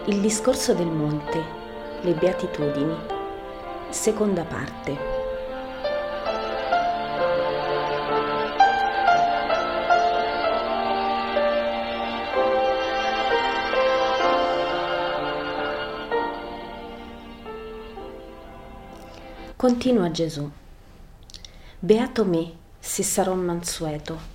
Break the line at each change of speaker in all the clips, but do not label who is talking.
Il discorso del monte, le beatitudini, seconda parte. Continua Gesù. Beato me, se sarò mansueto.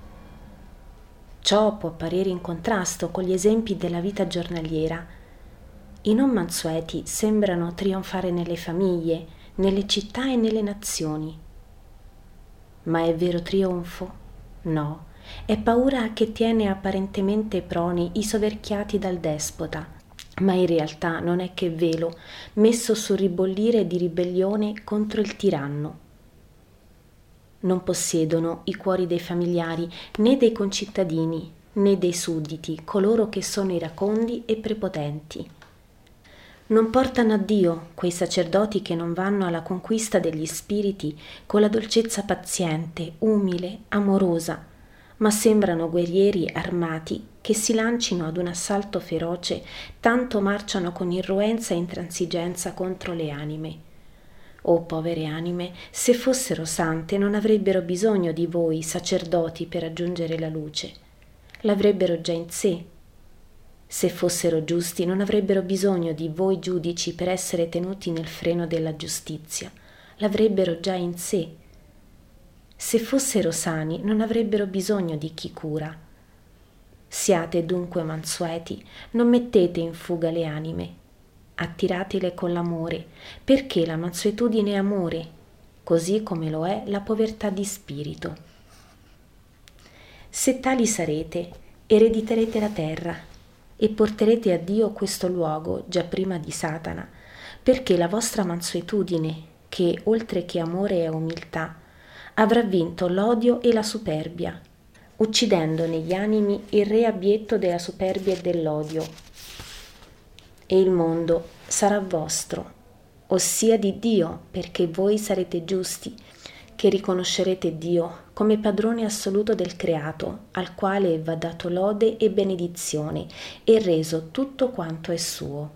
Ciò può apparire in contrasto con gli esempi della vita giornaliera. I non mansueti sembrano trionfare nelle famiglie, nelle città e nelle nazioni. Ma è vero trionfo? No, è paura che tiene apparentemente proni i soverchiati dal despota, ma in realtà non è che velo messo sul ribollire di ribellione contro il tiranno. Non possiedono i cuori dei familiari, né dei concittadini, né dei sudditi, coloro che sono iracondi e prepotenti. Non portano a Dio quei sacerdoti che non vanno alla conquista degli spiriti con la dolcezza paziente, umile, amorosa, ma sembrano guerrieri armati che si lancino ad un assalto feroce, tanto marciano con irruenza e intransigenza contro le anime. Oh, povere anime, se fossero sante non avrebbero bisogno di voi, sacerdoti, per raggiungere la luce. L'avrebbero già in sé. Se fossero giusti non avrebbero bisogno di voi giudici per essere tenuti nel freno della giustizia. L'avrebbero già in sé. Se fossero sani non avrebbero bisogno di chi cura. Siate dunque mansueti, non mettete in fuga le anime. Attiratele con l'amore, perché la mansuetudine è amore, così come lo è la povertà di spirito. Se tali sarete, erediterete la terra e porterete a Dio questo luogo già prima di Satana, perché la vostra mansuetudine, che oltre che amore è umiltà, avrà vinto l'odio e la superbia, uccidendo negli animi il re abietto della superbia e dell'odio. E il mondo sarà vostro, ossia di Dio, perché voi sarete giusti, che riconoscerete Dio come padrone assoluto del creato, al quale va dato lode e benedizione e reso tutto quanto è suo.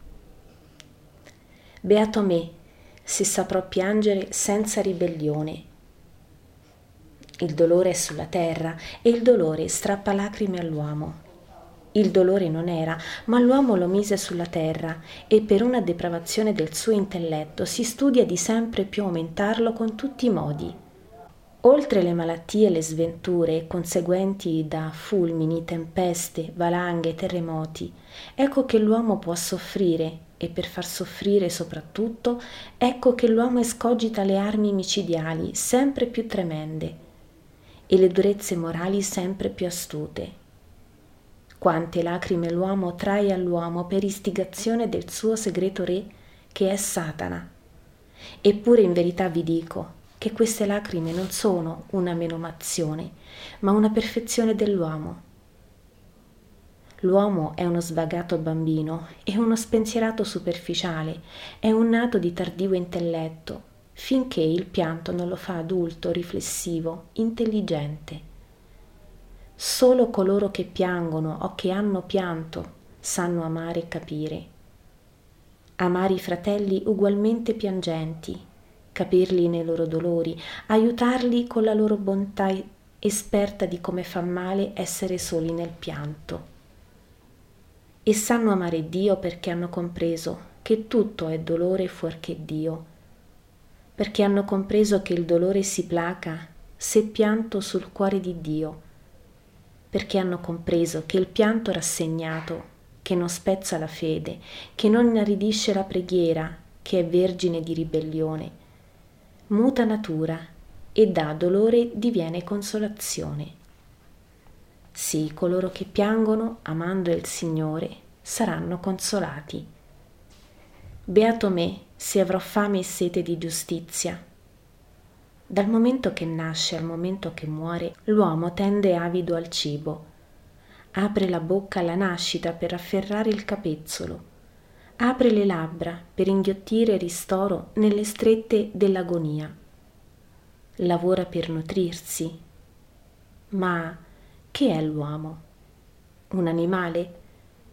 Beato me, se saprò piangere senza ribellione. Il dolore è sulla terra e il dolore strappa lacrime all'uomo. Il dolore non era, ma l'uomo lo mise sulla terra e per una depravazione del suo intelletto si studia di sempre più aumentarlo con tutti i modi. Oltre le malattie e le sventure conseguenti da fulmini, tempeste, valanghe, terremoti, ecco che l'uomo può soffrire e per far soffrire soprattutto, ecco che l'uomo escogita le armi micidiali sempre più tremende e le durezze morali sempre più astute. Quante lacrime l'uomo trae all'uomo per istigazione del suo segreto re, che è Satana. Eppure in verità vi dico che queste lacrime non sono una menomazione, ma una perfezione dell'uomo. L'uomo è uno svagato bambino, è uno spensierato superficiale, è un nato di tardivo intelletto, finché il pianto non lo fa adulto, riflessivo, intelligente. Solo coloro che piangono o che hanno pianto sanno amare e capire. Amare i fratelli ugualmente piangenti, capirli nei loro dolori, aiutarli con la loro bontà esperta di come fa male essere soli nel pianto. E sanno amare Dio perché hanno compreso che tutto è dolore fuorché Dio, perché hanno compreso che il dolore si placa se pianto sul cuore di Dio, perché hanno compreso che il pianto rassegnato, che non spezza la fede, che non inaridisce la preghiera, che è vergine di ribellione, muta natura e da dolore diviene consolazione. Sì, coloro che piangono, amando il Signore, saranno consolati. Beato me, se avrò fame e sete di giustizia. Dal momento che nasce al momento che muore, l'uomo tende avido al cibo. Apre la bocca alla nascita per afferrare il capezzolo. Apre le labbra per inghiottire ristoro nelle strette dell'agonia. Lavora per nutrirsi. Ma che è l'uomo? Un animale?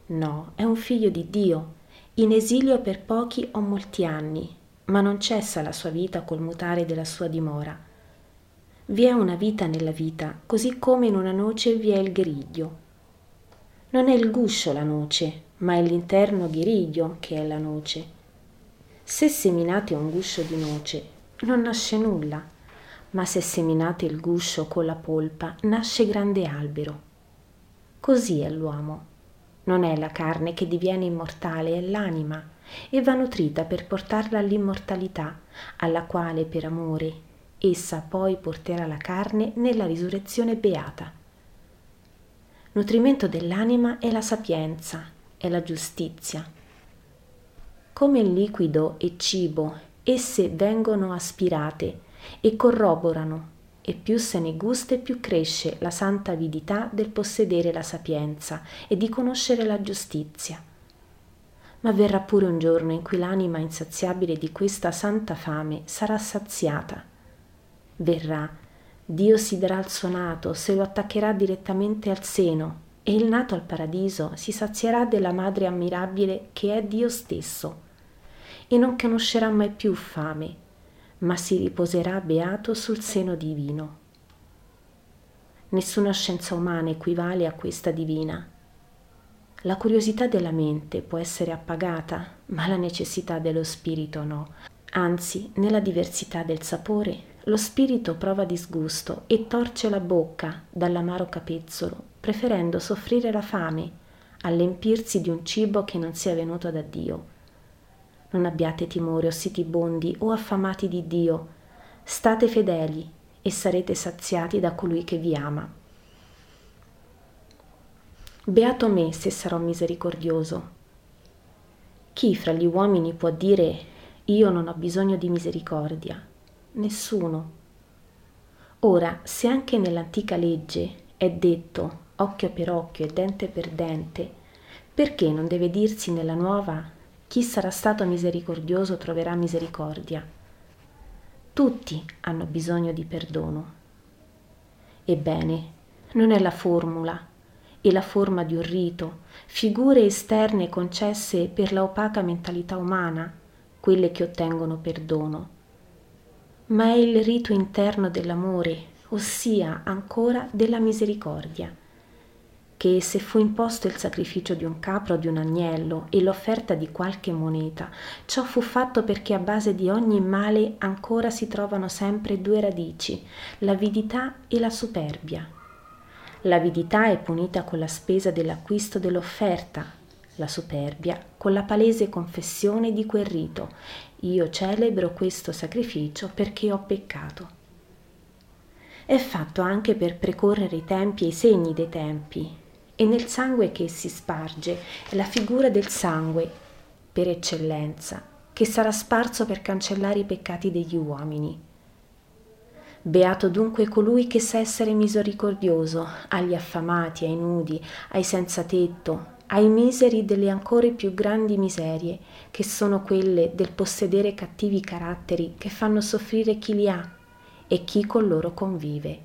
No, è un figlio di Dio, in esilio per pochi o molti anni, ma non cessa la sua vita col mutare della sua dimora. Vi è una vita nella vita, così come in una noce vi è il gueriglio. Non è il guscio la noce, ma è l'interno gueriglio che è la noce. Se seminate un guscio di noce, non nasce nulla, ma se seminate il guscio con la polpa, nasce grande albero. Così è l'uomo. Non è la carne che diviene immortale, è l'anima, e va nutrita per portarla all'immortalità, alla quale, per amore, essa poi porterà la carne nella risurrezione beata. Nutrimento dell'anima è la sapienza, è la giustizia. Come il liquido e cibo, esse vengono aspirate e corroborano, e più se ne gusta e più cresce la santa avidità del possedere la sapienza e di conoscere la giustizia. Ma verrà pure un giorno in cui l'anima insaziabile di questa santa fame sarà saziata. Verrà, Dio si darà il suo nato, se lo attaccherà direttamente al seno, e il nato al paradiso si sazierà della madre ammirabile che è Dio stesso, e non conoscerà mai più fame, ma si riposerà beato sul seno divino. Nessuna scienza umana equivale a questa divina. La curiosità della mente può essere appagata, ma la necessità dello spirito no. Anzi, nella diversità del sapore, lo spirito prova disgusto e torce la bocca dall'amaro capezzolo, preferendo soffrire la fame all'empirsi di un cibo che non sia venuto da Dio. Non abbiate timore, o sitibondi, o affamati di Dio, state fedeli e sarete saziati da colui che vi ama. Beato me se sarò misericordioso. Chi fra gli uomini può dire io non ho bisogno di misericordia? Nessuno. Ora, se anche nell'antica legge è detto occhio per occhio e dente per dente, perché non deve dirsi nella nuova chi sarà stato misericordioso troverà misericordia? Tutti hanno bisogno di perdono. Ebbene, non è la formula e la forma di un rito, figure esterne concesse per la opaca mentalità umana, quelle che ottengono perdono, ma è il rito interno dell'amore, ossia ancora della misericordia, che se fu imposto il sacrificio di un capro o di un agnello e l'offerta di qualche moneta, ciò fu fatto perché a base di ogni male ancora si trovano sempre due radici, l'avidità e la superbia. L'avidità è punita con la spesa dell'acquisto dell'offerta, la superbia con la palese confessione di quel rito: io celebro questo sacrificio perché ho peccato. È fatto anche per precorrere i tempi e i segni dei tempi, e nel sangue che si sparge è la figura del sangue, per eccellenza, che sarà sparso per cancellare i peccati degli uomini. Beato dunque colui che sa essere misericordioso agli affamati, ai nudi, ai senza tetto, ai miseri delle ancora più grandi miserie, che sono quelle del possedere cattivi caratteri che fanno soffrire chi li ha e chi con loro convive.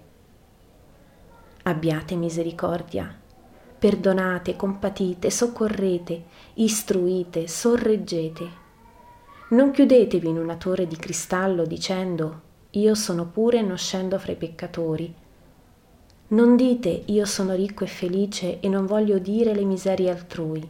Abbiate misericordia, perdonate, compatite, soccorrete, istruite, sorreggete. Non chiudetevi in una torre di cristallo dicendo io sono pure e non scendo fra i peccatori. Non dite io sono ricco e felice e non voglio udire le miserie altrui.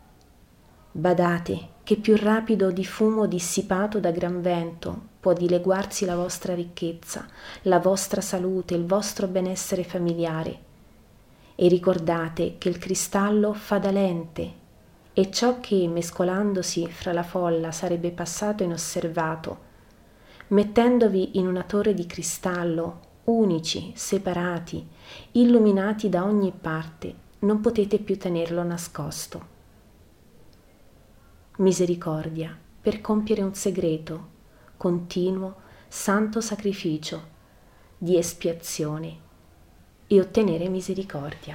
Badate che più rapido di fumo dissipato da gran vento può dileguarsi la vostra ricchezza, la vostra salute, il vostro benessere familiare. E ricordate che il cristallo fa da lente, e ciò che, mescolandosi fra la folla, sarebbe passato inosservato, mettendovi in una torre di cristallo, unici, separati, illuminati da ogni parte, non potete più tenerlo nascosto. Misericordia per compiere un segreto, continuo, santo sacrificio di espiazione e ottenere misericordia.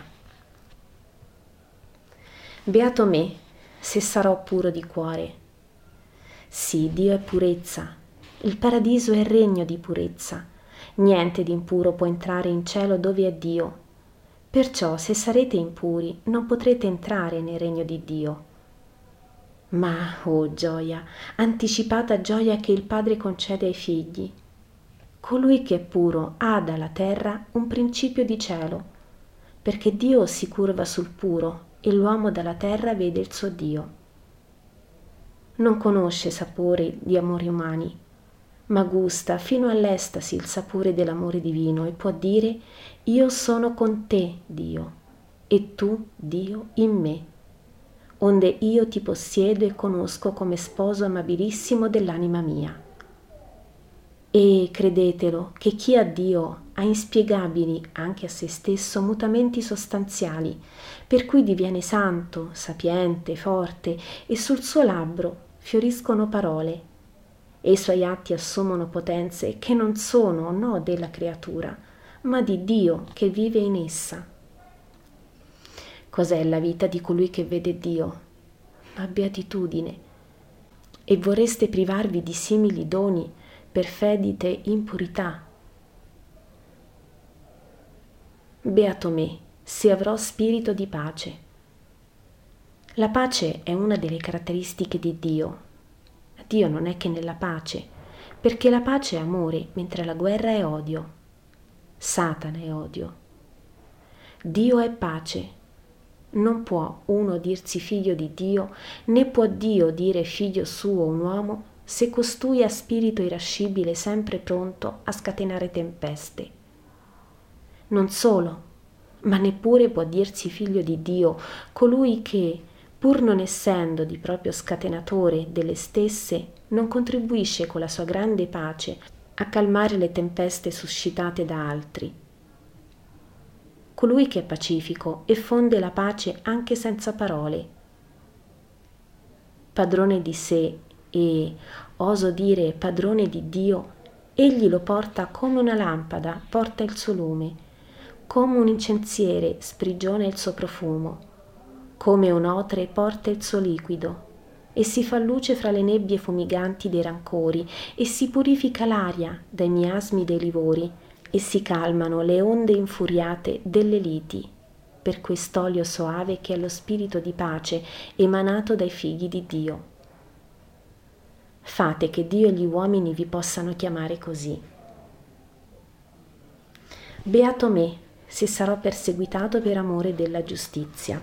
Beato me se sarò puro di cuore. Sì, Dio è purezza, il paradiso è regno di purezza, niente di impuro può entrare in cielo dove è Dio. Perciò se sarete impuri non potrete entrare nel regno di Dio. Ma, oh gioia, anticipata gioia che il Padre concede ai figli. Colui che è puro ha dalla terra un principio di cielo, perché Dio si curva sul puro e l'uomo dalla terra vede il suo Dio. Non conosce sapori di amori umani, ma gusta fino all'estasi il sapore dell'amore divino e può dire: io sono con te, Dio, e tu, Dio, in me, onde io ti possiedo e conosco come sposo amabilissimo dell'anima mia. E credetelo che chi ha Dio ha inspiegabili anche a se stesso mutamenti sostanziali, per cui diviene santo, sapiente, forte, e sul suo labbro fioriscono parole, e i suoi atti assumono potenze che non sono no della creatura, ma di Dio che vive in essa. Cos'è la vita di colui che vede Dio? Ma beatitudine. E vorreste privarvi di simili doni per fedite impurità. Beato me, se avrò spirito di pace. La pace è una delle caratteristiche di Dio. Dio non è che nella pace, perché la pace è amore, mentre la guerra è odio. Satana è odio. Dio è pace. Non può uno dirsi figlio di Dio, né può Dio dire figlio suo un uomo, se costui ha spirito irascibile sempre pronto a scatenare tempeste. Non solo, ma neppure può dirsi figlio di Dio colui che, pur non essendo di proprio scatenatore delle stesse, non contribuisce con la sua grande pace a calmare le tempeste suscitate da altri. Colui che è pacifico e fonde la pace anche senza parole. Padrone di sé e, oso dire, padrone di Dio, egli lo porta come una lampada porta il suo lume, come un incensiere sprigiona il suo profumo, come un otre porta il suo liquido, e si fa luce fra le nebbie fumiganti dei rancori, e si purifica l'aria dai miasmi dei livori, e si calmano le onde infuriate delle liti, per quest'olio soave che è lo spirito di pace emanato dai figli di Dio. Fate che Dio e gli uomini vi possano chiamare così. Beato me, se sarò perseguitato per amore della giustizia.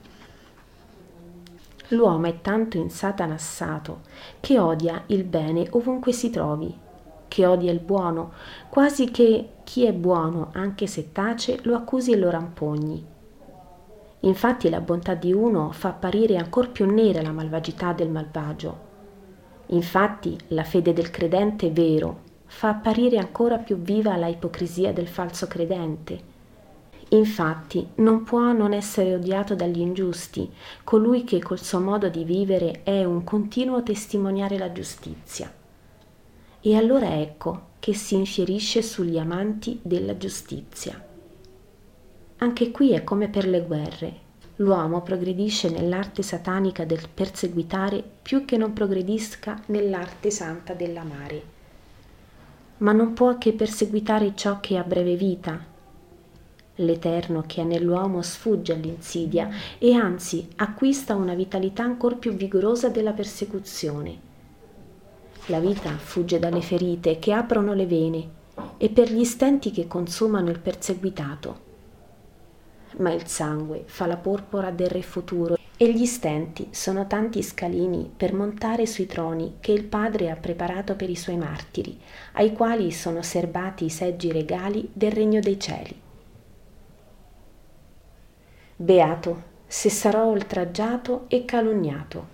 L'uomo è tanto insatanassato che odia il bene ovunque si trovi, che odia il buono, quasi che chi è buono, anche se tace, lo accusi e lo rampogni. Infatti la bontà di uno fa apparire ancor più nera la malvagità del malvagio. Infatti la fede del credente vero fa apparire ancora più viva la ipocrisia del falso credente. Infatti non può non essere odiato dagli ingiusti colui che col suo modo di vivere è un continuo testimoniare la giustizia. E allora ecco che si infierisce sugli amanti della giustizia. Anche qui è come per le guerre. L'uomo progredisce nell'arte satanica del perseguitare più che non progredisca nell'arte santa dell'amare. Ma non può che perseguitare ciò che ha breve vita. L'Eterno che è nell'uomo sfugge all'insidia e anzi acquista una vitalità ancor più vigorosa della persecuzione. La vita fugge dalle ferite che aprono le vene e per gli stenti che consumano il perseguitato. Ma il sangue fa la porpora del re futuro e gli stenti sono tanti scalini per montare sui troni che il Padre ha preparato per i suoi martiri, ai quali sono serbati i seggi regali del regno dei cieli. Beato se sarò oltraggiato e calunniato.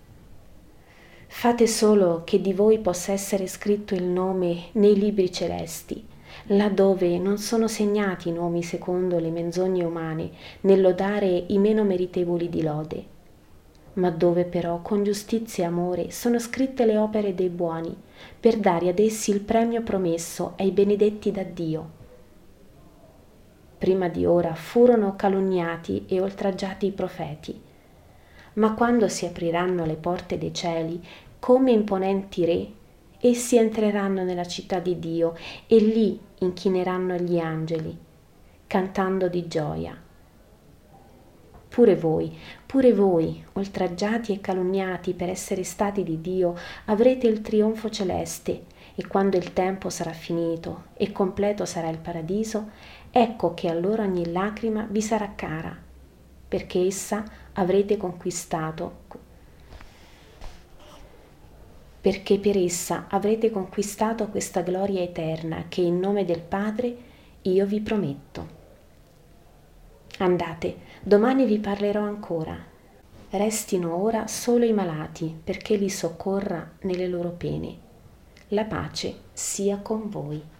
Fate solo che di voi possa essere scritto il nome nei libri celesti, laddove non sono segnati i nomi secondo le menzogne umane, nel lodare i meno meritevoli di lode, ma dove però con giustizia e amore sono scritte le opere dei buoni, per dare ad essi il premio promesso ai benedetti da Dio. Prima di ora furono calunniati e oltraggiati i profeti, ma quando si apriranno le porte dei cieli, come imponenti re, essi entreranno nella città di Dio e lì inchineranno gli angeli, cantando di gioia, pure voi, oltraggiati e calunniati per essere stati di Dio, avrete il trionfo celeste, e quando il tempo sarà finito e completo sarà il paradiso, ecco che allora ogni lacrima vi sarà cara, perché per essa avrete conquistato questa gloria eterna che in nome del Padre io vi prometto. Andate, domani vi parlerò ancora. Restino ora solo i malati, perché li soccorra nelle loro pene. La pace sia con voi.